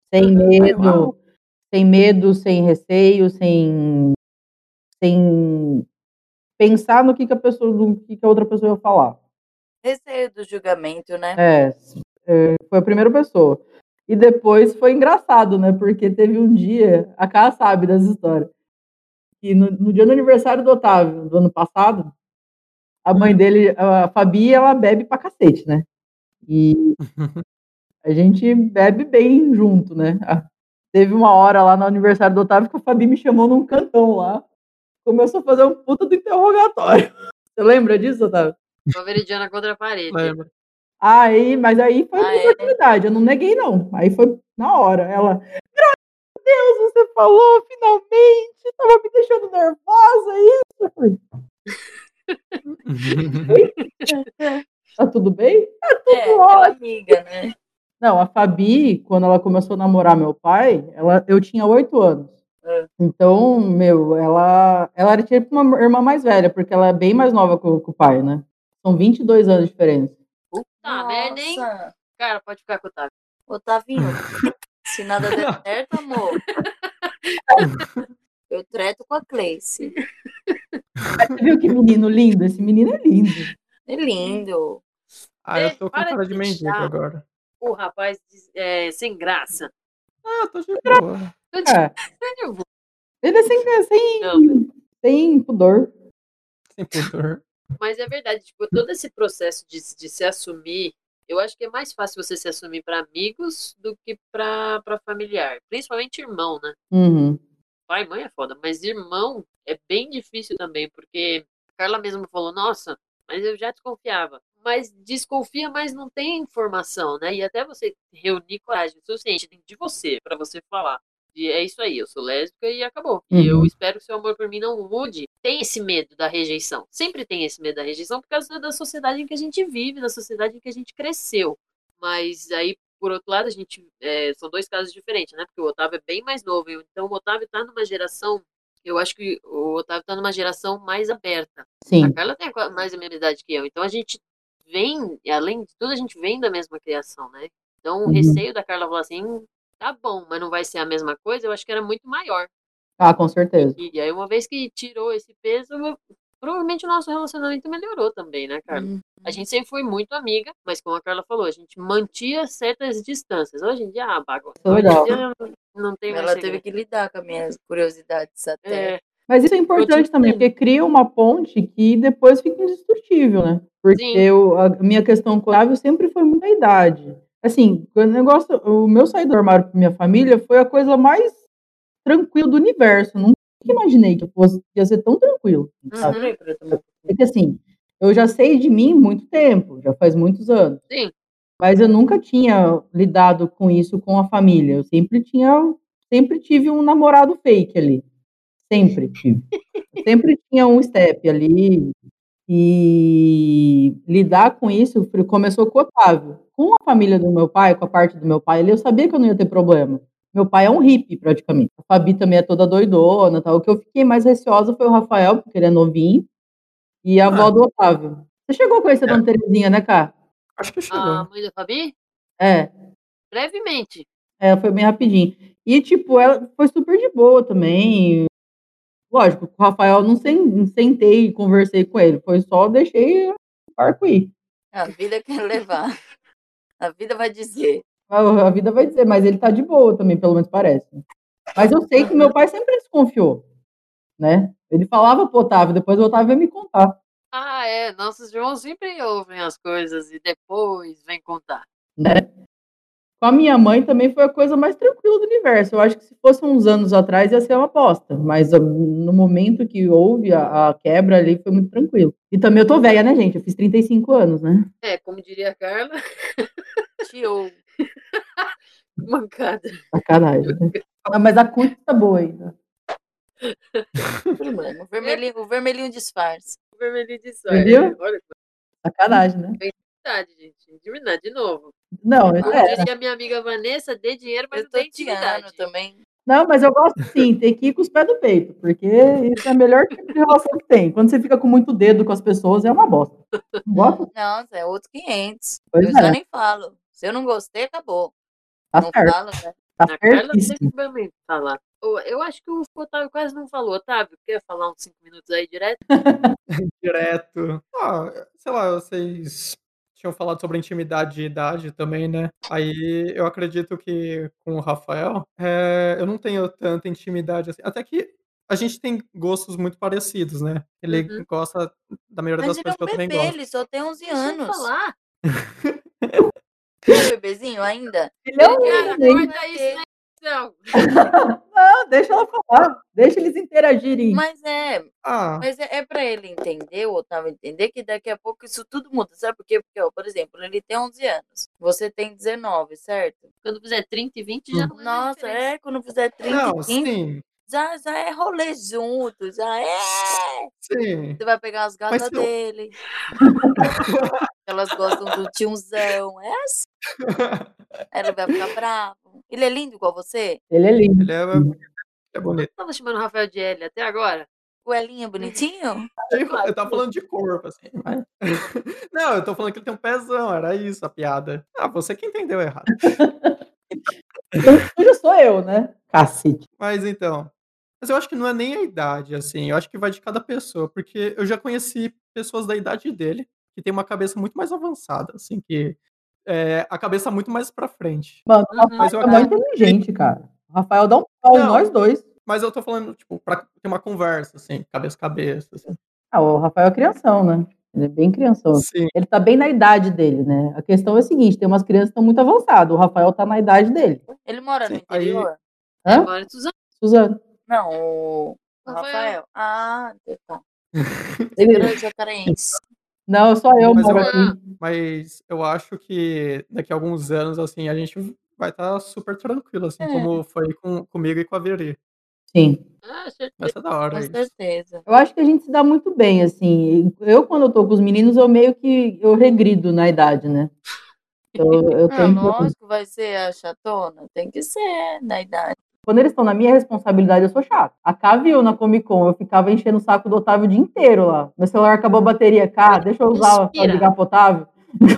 sem medo, sem receio, sem pensar no que a outra pessoa ia falar. Receio do julgamento, né? Foi a primeira pessoa. E depois foi engraçado, né? Porque teve um dia, a Cá sabe das histórias. que no dia do aniversário do Otávio, do ano passado, a mãe dele, a Fabi, ela bebe pra cacete, né? E a gente bebe bem junto, né? Teve uma hora lá no aniversário do Otávio que a Fabi me chamou num cantão lá. Começou a fazer um puta do interrogatório. Você lembra disso, Otávio? Uma veridiana contra a parede. Lembra? Mas aí foi uma oportunidade, eu não neguei, não. Aí foi na hora. Ela, graças a Deus, você falou, finalmente, tava me deixando nervosa, isso. Eu falei, tá tudo bem? Tá tudo aquela ótimo. amiga, né? Não, a Fabi, quando ela começou a namorar meu pai, eu tinha 8 anos. Então, ela era tipo uma irmã mais velha, porque ela é bem mais nova que o pai, né? São 22 anos de diferença. Puta merda, hein? Cara, pode ficar com o Otávio. Otavinho, se nada der certo, amor, eu treto com a Cleice. Você viu que menino lindo? Esse menino é lindo. É lindo. Eu tô com Para cara de de mendigo deixar agora. o rapaz sem graça. Tô de boa. Ele é sem pudor. Sem pudor. Mas é verdade, tipo, todo esse processo de se assumir, eu acho que é mais fácil você se assumir para amigos do que para familiar. Principalmente irmão, né? Uhum. Pai e mãe é foda, mas irmão é bem difícil também, porque a Carla mesmo falou, nossa, mas eu já desconfiava. Mas desconfia, mas não tem informação, né? E até você reunir coragem suficiente dentro de você, para você falar. E é isso aí, eu sou lésbica e acabou. E eu espero que seu amor por mim não mude. Tem esse medo da rejeição. Sempre tem esse medo da rejeição por causa da sociedade em que a gente vive, da sociedade em que a gente cresceu. Mas aí, por outro lado, a gente são dois casos diferentes, né? Porque o Otávio é bem mais novo. Então, o Otávio tá numa geração... Eu acho que o Otávio tá numa geração mais aberta. Sim. A Carla tem mais a mesma idade que eu. Então, a gente vem... Além de tudo, a gente vem da mesma criação, né? Então, o receio da Carla falar assim... Tá bom, mas não vai ser a mesma coisa, eu acho que era muito maior. Com certeza. E aí, uma vez que tirou esse peso, provavelmente o nosso relacionamento melhorou também, né, Carla? A gente sempre foi muito amiga, mas como a Carla falou, a gente mantia certas distâncias. Hoje em dia, bagunça. Hoje em dia não tem mais Ela teve que lidar com as minhas curiosidades até. Mas isso é importante também, porque cria uma ponte que depois fica indestrutível, né? Porque a minha questão com o Otávio sempre foi muita idade. Assim, o meu sair do armário para minha família foi a coisa mais tranquila do universo. Nunca imaginei que ia ser tão tranquilo. Sabe? Porque assim, eu já sei de mim muito tempo, já faz muitos anos. Sim. Mas eu nunca tinha lidado com isso com a família. Eu sempre tive um namorado fake ali. Sempre tive. Sempre tinha um step ali. E lidar com isso começou com o Otávio. Com a família do meu pai, com a parte do meu pai ali, eu sabia que eu não ia ter problema. Meu pai é um hippie, praticamente. A Fabi também é toda doidona. Tal. O que eu fiquei mais receosa foi o Rafael, porque ele é novinho, e a avó do Otávio. Você chegou a conhecer a Dona Terezinha, né, Cá? Acho que chegou. A mãe da Fabi? Brevemente. Foi bem rapidinho. E, tipo, ela foi super de boa também. Lógico, com o Rafael não sentei e conversei com ele. Foi só deixei o barco ir. A vida quer levar. A vida vai dizer. A vida vai dizer, mas ele tá de boa também, pelo menos parece. Mas eu sei que meu pai sempre desconfiou, né? Ele falava pro Otávio, depois o Otávio ia me contar. Nossos irmãos sempre ouvem as coisas e depois vem contar. Né? Com a minha mãe também foi a coisa mais tranquila do universo. Eu acho que se fosse uns anos atrás ia ser uma aposta, mas no momento que houve a quebra ali foi muito tranquilo. E também eu tô velha, né, gente? Eu fiz 35 anos, né? Como diria a Carla. Tio. Mancada. Sacanagem, né? Mas a curta tá boa ainda. O vermelhinho disfarce. O vermelhinho disfarce. Entendeu? Olha. Sacanagem, né? Intimidade, gente. Intimidade, de novo. Não, como diria minha amiga Vanessa, dê dinheiro, mas não tem intimidade. Também. Não, mas eu gosto sim, tem que ir com os pés do peito, porque isso é a melhor tipo de relação que tem. Quando você fica com muito dedo com as pessoas, é uma bosta. Não gosta? Não, é outros 500. Pois eu já nem falo. Se eu não gostei, acabou. Tá não certo. falo, né? Tá Na Carla certíssimo. sempre falar. Eu acho que o Otávio quase não falou. Otávio, quer falar uns 5 minutos aí direto? Direto. Sei lá, vocês tinham falado sobre intimidade e idade também, né? Aí eu acredito que com o Rafael, eu não tenho tanta intimidade assim. Até que a gente tem gostos muito parecidos, né? Ele gosta da maioria Mas das ele é coisas que um eu também bebê, gosto. ele só tem 11 Deixa eu anos. falar. Não é bebezinho ainda? Ele é um Cara, lindo, hein? corta isso, né? Não. Não, deixa ela falar. Deixa eles interagirem. Mas Ah, é pra ele entender, o Otávio entender, que daqui a pouco isso tudo muda. Sabe por quê? Porque, ó, por exemplo, ele tem 11 anos. Você tem 19, certo? Quando fizer 30 e 20, já não é mais Nossa, diferença. quando fizer 30 não, e 15, sim, já é rolê junto, já é. sim. Você vai pegar as Mas gatas se eu... dele. Elas gostam do tiozão. É assim. Ela vai ficar bravo. Ele é lindo igual você? Ele é lindo. Ele é bonito. Eu tava chamando o Rafael de L até agora. O Elinho é bonitinho? Claro, Eu tava falando de corpo, assim. Mas... Não, eu tô falando que ele tem um pezão, era isso a piada. Ah, você que entendeu errado. Sujo sou eu, né? Cacete. Mas então. Mas eu acho que não é nem a idade, assim. Eu acho que vai de cada pessoa. Porque eu já conheci pessoas da idade dele que tem uma cabeça muito mais avançada, assim, que a cabeça muito mais pra frente. Mano, o Mas eu Rafael é muito acredito. inteligente, cara. O Rafael dá um pau em Não, nós dois. mas eu tô falando, tipo, pra ter uma conversa, assim, cabeça a cabeça, assim. Ah, o Rafael é crianção, né? Ele é bem crianção. Sim. Ele tá bem na idade dele, né? A questão é a seguinte, tem umas crianças que estão muito avançadas. O Rafael tá na idade dele. Ele mora no Sim, aí- interior? É, Hã? mora em Suzano. Suzano. Não, o Rafael. Rafael. Ah, tá. Ele... Grande Jacarense. Não, só eu Mas moro eu- aqui. Mas eu acho que daqui a alguns anos, assim, a gente vai estar super tranquilo, assim, É. como foi comigo e com a Veri. Sim. Ah, certeza. Vai ser da hora Com isso. certeza. Eu acho que a gente se dá muito bem, assim. Eu, quando eu tô com os meninos, eu meio que eu regrido na idade, né? Eu Ah, tento... lógico, vai ser a chatona. Tem que ser na idade. Quando eles estão na minha responsabilidade, eu sou chato. A Cá viu na Comic Con, eu ficava enchendo o saco do Otávio o dia inteiro lá. Meu celular acabou a bateria. Cá, deixa eu usar pra ligar pro Otávio.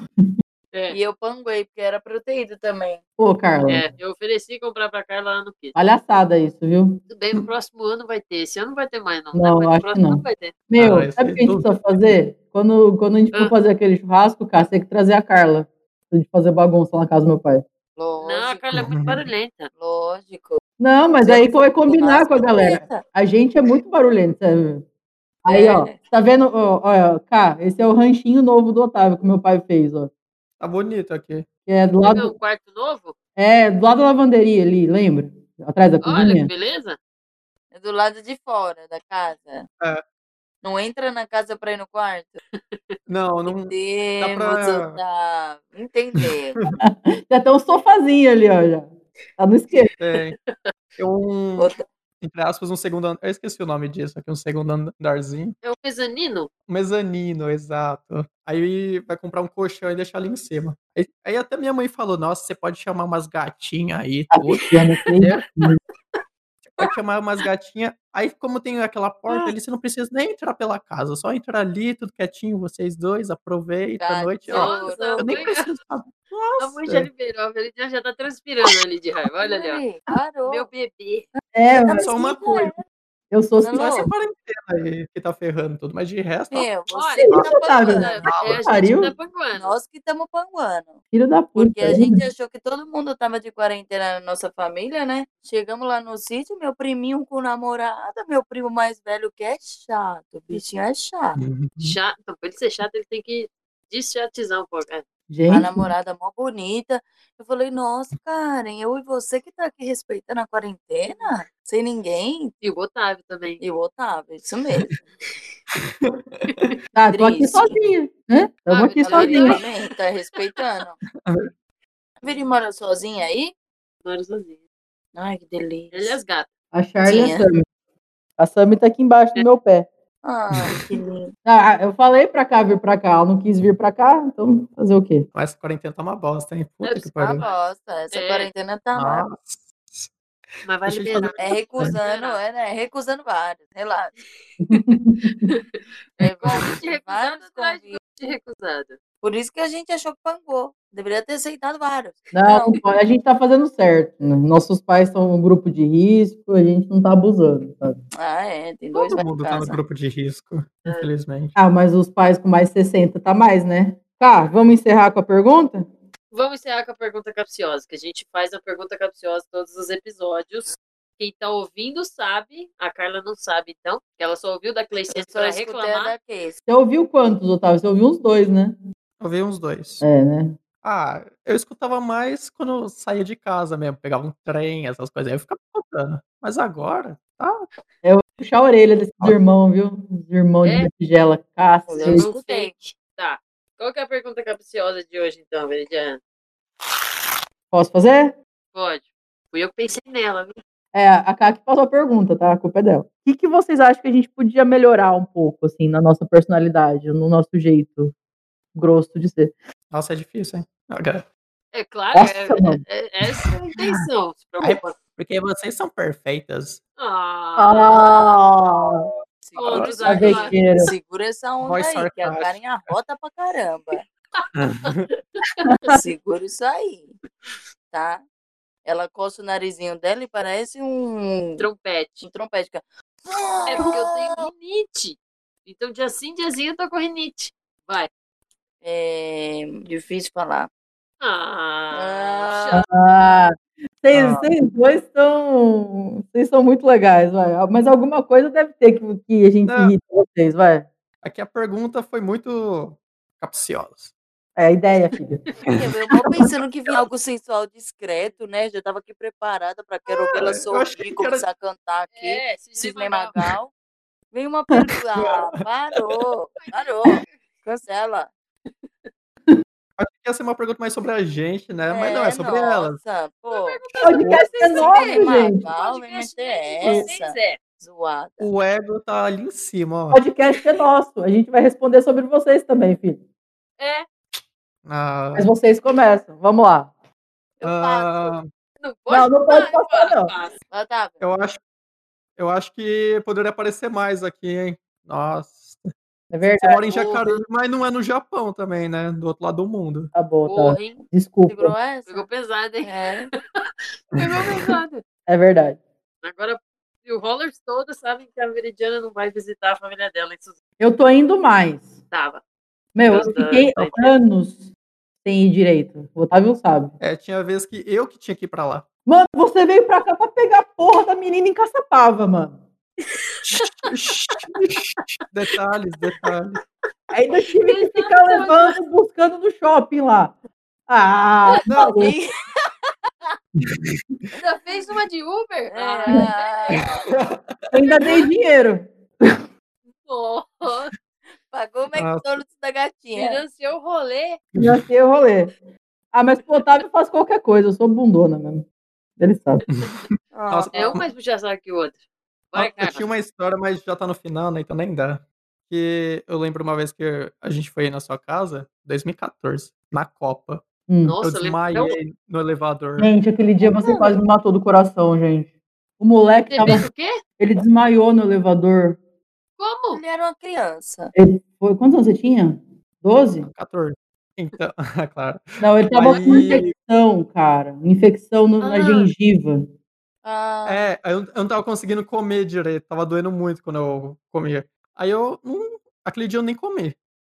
É, E eu panguei, porque era pra eu ter ido também. Pô, Carla, eu ofereci comprar pra Carla lá no Kit. palhaçada isso, viu? Tudo bem, no próximo ano vai ter. Esse ano não vai ter mais, não. Não, né? Mas no acho que próximo não. ano vai ter. Meu, Ah, sabe o esse que a gente precisa fazer? Quando a gente for fazer aquele churrasco, cara, você tem que trazer a Carla. Pra gente fazer bagunça lá na casa do meu pai. Não, a Lógico, Carla é muito barulhenta. lógico. Não, mas Se eu aí não for vai pro combinar churrasco, com a galera. treta. A gente é muito barulhento, sabe? Aí, ó, tá vendo? Ó, cá, esse é o ranchinho novo do Otávio que meu pai fez, ó. Tá bonito aqui. Que é do Você ganhou lado, um quarto novo? do lado da lavanderia ali, lembra? Atrás da Olha, que cozinha. beleza. É do lado de fora da casa. É. Não entra na casa pra ir no quarto. Não, não dá Temos, pra... Otávio. Entender. Já tem um sofazinho ali, ó, já. Tá no esquerdo. Tem entre aspas, um segundo andar. Eu esqueci o nome disso aqui, um segundo andarzinho. É o mezanino? Um mezanino, exato. Aí vai comprar um colchão e deixar ali em cima. Aí até minha mãe falou, nossa, você pode chamar umas gatinhas aí, tudo. Você pode chamar umas gatinhas. Aí, como tem aquela porta ali, você não precisa nem entrar pela casa. Só entrar ali, tudo quietinho, vocês dois, aproveita a noite. Ó, Nossa, eu nem mãe- preciso saber. A mãe já Nossa, liberou. A Verita já tá transpirando ali de raiva. Olha ali, ó. Peraí, parou. Meu bebê. só uma coisa. Eu sou Tá assim. Só essa louco? quarentena aí que tá ferrando tudo. Mas de resto, ó, Meu, Olha, você que tá Otávio, panguando. né? É a gente Pariu. que tá panguando. Nós que estamos panguando. Filho da puta. Porque a gente achou que todo mundo tava de quarentena na nossa família, né? Chegamos lá no sítio, meu priminho com namorada, meu primo mais velho que é chato. O bichinho é chato. Chato. Então, pra ele ser chato, ele tem que deschatizar um pouco. É. A Gente, namorada mó bonita. Eu falei, nossa, Karen, eu e você que tá aqui respeitando a quarentena? Sem ninguém? E o Otávio também. E o Otávio, isso mesmo. tá, tô aqui triste. sozinha, né? Tamo aqui Tá A Veri sozinha. também tá respeitando. A Veri mora sozinha aí? Mora sozinho. Ai, que delícia. Ele é as gatas. A Charlie e a Tinha. Sammy. A Sammy tá aqui embaixo do meu pé. Ai, que lindo. Ah, eu falei pra cá vir pra cá, ela não quis vir pra cá, então fazer o quê? mas essa quarentena tá uma bosta, hein? Puta que Uma pariu. bosta. Essa É. quarentena tá uma... Nossa. Mas vai Deixa eu te liberar. É recusando, né? Recusando vários. Relaxa. Convite recusado Vários atrás de convites. convite recusado. Por isso que a gente achou que pangou. Deveria ter aceitado vários. Não, a gente tá fazendo certo, né? Nossos pais são um grupo de risco, a gente não tá abusando, sabe? Ah, é. Tem dois Todo lá em mundo tá no casa. grupo de risco, infelizmente. Ah, mas os pais com mais 60 tá mais, né? Tá, vamos encerrar com a pergunta? Vamos encerrar com a pergunta capciosa, que a gente faz a pergunta capciosa em todos os episódios. Quem tá ouvindo sabe, a Carla não sabe, então, que ela só ouviu da Cleicene Eu só pra escutei a reclamar. da Casey. Você ouviu quantos, Otávio? Você ouviu uns 2, né? Eu vi uns 2. É, né? Ah, eu escutava mais quando eu saía de casa mesmo, pegava um trem, essas coisas, aí eu ficava escutando. Mas agora, tá? Eu vou puxar a orelha desses irmãos, viu? Os irmãos de tigela, Eu cacete. não escutei. Fake. Tá. Qual que é a pergunta capciosa de hoje, então, Veridiana? Posso fazer? Pode. Fui eu que pensei nela, viu? É, a Kaki passou a pergunta, tá? A culpa é dela. O que vocês acham que a gente podia melhorar um pouco, assim, na nossa personalidade, no nosso jeito grosso de ser? Nossa, é difícil, hein? Agora. É claro, Nossa, mano. essa é a intenção. Se Ai, preocupa. porque vocês são perfeitas. Ah, Pontos, a Agla. vequeira. Segura essa onda Voz aí, que a sarcástica. Karen arrota pra caramba. Segura isso aí, tá? Ela coça o narizinho dela e parece um Trompete. trompete. É porque eu tenho rinite. Então, dia sim, diazinho, eu tô com rinite. Vai. É difícil falar. Ah, Ah, vocês dois são. Vocês são muito legais, vai. Mas alguma coisa deve ter que a gente Não. irrita vocês, vai. Aqui a pergunta foi muito capciosa. É a ideia, filha. Eu mal pensando que vinha algo sensual discreto, né? Já tava aqui preparada pra quero ver ela eu achei sorrir, que era- começar a cantar aqui. Cisne Cisne Magal. Magal. Vem uma pergunta. Ah, parou. Cancela. Achei que ia ser uma pergunta mais sobre a gente, né? Mas não, é sobre elas. Nossa, pô. Podcast é nosso, Cisne gente. Magal, vem Podcast meter não é de vocês, essa. é. Zoada. O ego tá ali em cima, ó. Podcast é nosso. A gente vai responder sobre vocês também, filho. É. Ah, Mas vocês começam. Vamos lá. Eu passo. ah, Não pode, Não pode passar, não. Passa. Otávio. eu acho que poderia aparecer mais aqui, hein? Nossa. É Você verdade. mora em Jacareí, mas não é no Japão também, né? Do outro lado do mundo. Tá bom, tá. Porra, hein? Desculpa. Segurou essa? Pegou pesado, hein? É. Pegou pesado. É verdade. Agora, e o Rollers todos sabem que a Veridiana não vai visitar a família dela em Suzano. Eu tô indo mais. Tava. Meu, eu Gosto fiquei da anos sem ir direito. O Otávio sabe. É, tinha vez que eu que tinha que ir pra lá. Mano, você veio pra cá pra pegar a porra da menina em Caçapava, mano. Detalhes. Ainda tive que ficar levando, buscando no shopping lá. Ah, Não, Ainda fez uma de Uber? ainda dei dinheiro. Nossa, Pagou o McDonald's da gatinha. financiou o rolê. Já sei o rolê. Ah, mas pro Otávio eu faço qualquer coisa. Eu sou bundona mesmo. Ele sabe. Nossa, É um mais puxa-saco que o outro. Vai, eu cara. tinha uma história, mas já tá no final, né? Então nem dá. Que eu lembro uma vez que a gente foi aí na sua casa, 2014, na Copa. Nossa, Eu desmaiei no elevador. Gente, aquele dia você quase me matou do coração, gente. O moleque Você tava. fez o quê? Ele desmaiou no elevador. Como? Ele era uma criança. Quantos anos você tinha? 12? 14. Então, claro. Não, ele tava com Aí- infecção, cara. Infecção na gengiva. Ah, É, eu não tava conseguindo comer direito, tava doendo muito quando eu comia. Aí aquele dia eu nem comi.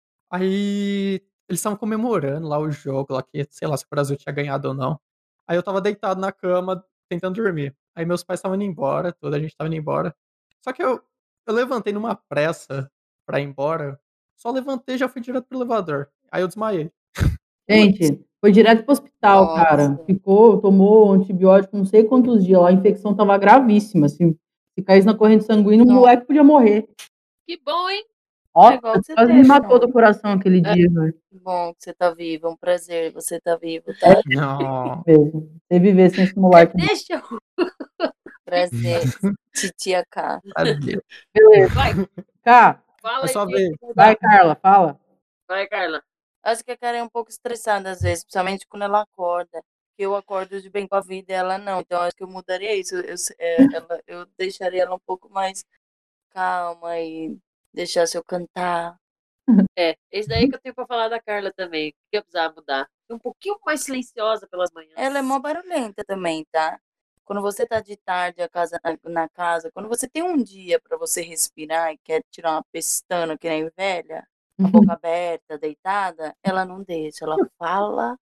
Aí eles estavam comemorando lá o jogo, lá que, sei lá, se o Brasil tinha ganhado ou não. Aí eu tava deitado na cama, tentando dormir. Aí meus pais estavam indo embora, toda a gente tava indo embora. Só que eu levantei numa pressa pra ir embora, só levantei e já fui direto pro elevador. Aí eu desmaiei. Gente, foi direto pro hospital, Nossa. cara. Tomou antibiótico não sei quantos dias lá. A infecção tava gravíssima. Se caísse na corrente sanguínea, o Não. moleque podia morrer. Que bom, hein? Ó, igual que você quase me teve, matou não. do coração aquele dia, velho. que bom que você tá vivo. É um prazer você tá vivo, tá? Não. Mesmo. Você viver sem esse moleque. Deixa eu... Prazer, titia K. Adeus. Beleza. Vai, Cá, fala É aí. só quem ver. vai mudar. vai, Carla, fala. Vai, Carla. Acho que a Karen é um pouco estressada às vezes, principalmente quando ela acorda. Eu acordo de bem com a vida e ela não. Então acho que eu mudaria isso. Eu deixaria ela um pouco mais calma e deixasse eu cantar. É, esse daí que eu tenho pra falar da Carla também. O que eu precisava mudar? Um pouquinho mais silenciosa pelas manhãs. Ela é mó barulhenta também, tá? Quando você tá de tarde na casa, quando você tem um dia pra você respirar e quer tirar uma pestana que nem velha, a boca aberta, deitada, ela não deixa, ela fala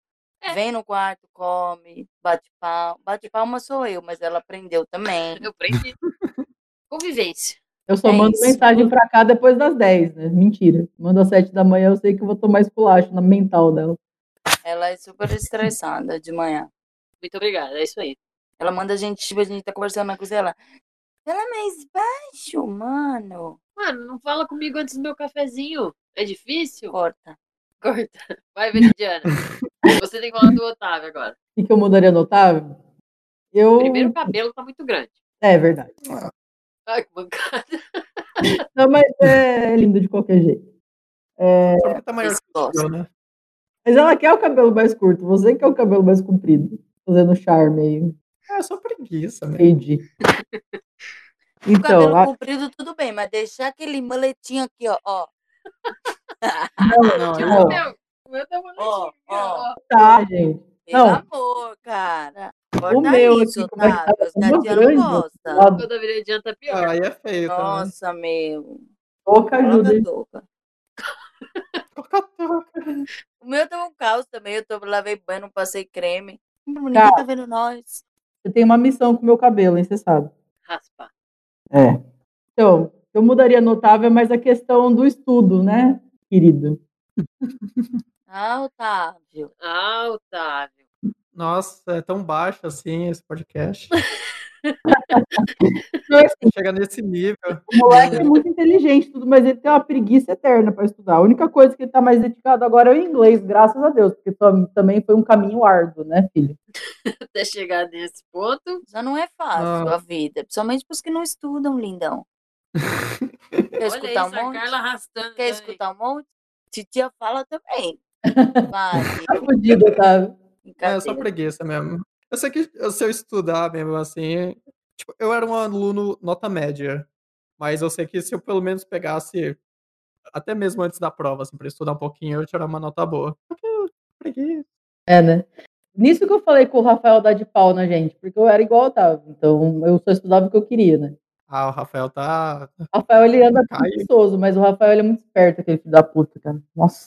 Vem no quarto, come, bate palma. Bate palma sou eu, mas ela aprendeu também. Eu aprendi. Convivência. Eu só mando isso. mensagem pra cá depois das 10, né? Mentira. Mando às 7 da manhã, eu sei que eu vou tomar esculacho na mental dela. Ela é super estressada de manhã. Muito obrigada, é isso aí. Ela manda a gente tá conversando na cozinha, ela é mais baixo, mano. Mano, não fala comigo antes do meu cafezinho. É difícil? Corta. Corta. Vai, Veridiana. Você tem que falar do Otávio agora. O que eu mudaria no Otávio? Primeiro, o cabelo tá muito grande. É verdade. Ai, que bancada. Não, mas é lindo de qualquer jeito. Só porque tá maior que o seu, né? Mas ela quer o cabelo mais curto, você quer o cabelo mais comprido. Fazendo charme aí. É só preguiça, né? Entendi. O Então, cabelo comprido, tudo bem, mas deixar aquele moletinho aqui, ó. Não, Tipo, aí, ó. o meu tá bonetinho. Ó. tá, gente. Pelo Não. amor, cara. O Corta meu isso, aqui, como é que Otávio. tá? As Uma gatinhas grande. não gostam. O da Veridiana tá pior. Aí é feio também. Nossa, meu. Pouca ajuda, Coloca a hein? touca. Coloca a touca. O meu tá um caos também. Eu lavei banho, não passei creme. Ninguém Cara. tá vendo nós. Você tem uma missão com o meu cabelo, hein? Você sabe. Raspa. É. Então, eu mudaria notável, mas a questão do estudo, né, querido? Ah, Otávio. Ah, Otávio. Nossa, é tão baixo assim esse podcast. Então, assim, Chega nesse nível. o moleque é muito inteligente, tudo, mas ele tem uma preguiça eterna para estudar. A única coisa que ele tá mais dedicado agora é o inglês, graças a Deus, porque também foi um caminho árduo, né, filho? Até chegar nesse ponto. Já não é fácil a vida. Principalmente pros que não estudam, lindão. Quer Olha escutar isso, um a monte? Carla arrastando. Quer escutar um monte? Titia fala também. Vai. Tá fudido, Otávio. É só preguiça mesmo. Eu sei que se eu estudar mesmo assim. Tipo, eu era um aluno nota média. Mas eu sei que se eu pelo menos pegasse, até mesmo antes da prova, assim, pra estudar um pouquinho, eu tirar uma nota boa. Porque preguiça. É, né? Nisso que eu falei com o Rafael dar de pau na gente, porque eu era igual o Otávio, então eu só estudava o que eu queria, né? Ah, o Rafael tá. O Rafael, ele anda Cai. preguiçoso, mas o Rafael, ele é muito esperto, aquele filho da puta, cara. Nossa.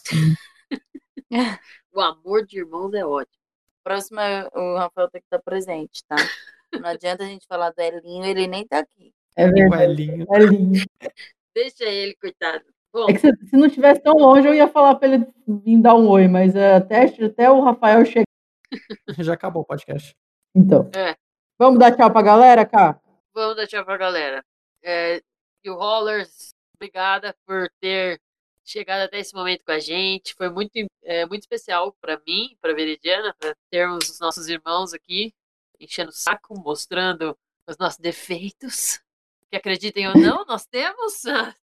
O amor de irmãos é ótimo. Próxima, o Rafael tem que estar presente, tá? Não adianta a gente falar do Elinho, ele nem tá aqui. É O verdade. Elinho. É lindo. Deixa ele, coitado. Bom, É que se não estivesse tão longe, eu ia falar pra ele vir dar um oi, mas até o Rafael chegar. Já acabou o podcast. Então. É. Vamos dar tchau pra galera, cara? vamos dar tchau pra galera. E o Rollers, obrigada por ter chegado até esse momento com a gente. Foi muito especial pra mim, pra Veridiana, pra termos os nossos irmãos aqui, enchendo o saco, mostrando os nossos defeitos. Que acreditem ou não, nós temos.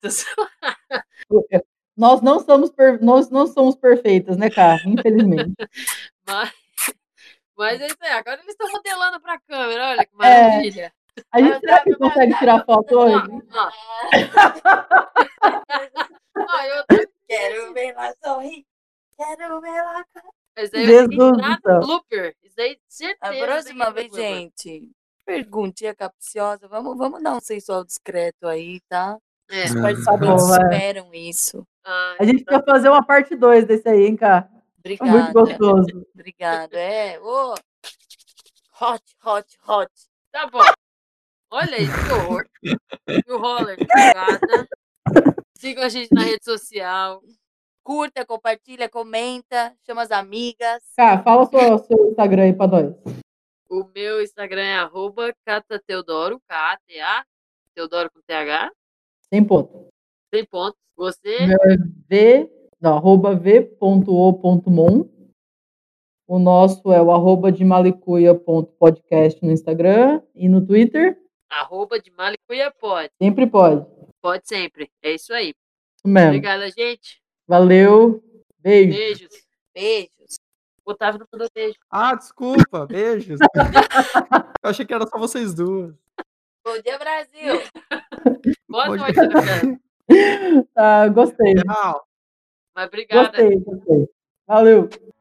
Nós não somos perfeitas, né, cara? Infelizmente. Mas é isso aí. Agora eles estão modelando pra câmera. Olha que maravilha. A gente será que consegue tirar foto hoje? Quero ver ela sorrir. Quero ver ela. Mas aí Jesus eu do céu. blooper. Isso aí, certeza. A próxima vez, gente, perguntinha capciosa. Vamos dar um sensual discreto aí, tá? Os participantes bom, esperam isso. A gente quer fazer uma parte 2 desse aí, hein, cara? Obrigada. Muito gostoso. Obrigada. Hot. Tá bom. Olha isso, que horror. E o Roller, obrigada. Sigam a gente na rede social. Curta, compartilha, comenta, chama as amigas. Cara, fala seu Instagram aí pra nós. O meu Instagram é @catateodoro, K-A-T-A, Teodoro com TH. Sem ponto. Sem pontos. Você? Meu é @v.o.mon. O nosso é o @demalicuia.podcast no Instagram e no Twitter. @demalicuia pode. Sempre pode. Pode sempre. É isso aí. Isso mesmo. Obrigada, gente. Valeu. Beijo. Beijos. O Otávio não mandou beijo. Ah, desculpa. Beijos. Eu achei que era só vocês duas. Bom dia, Brasil. Boa Bom noite, dia. Luciano. Gostei. Tchau. Mas obrigada. Gostei. Valeu.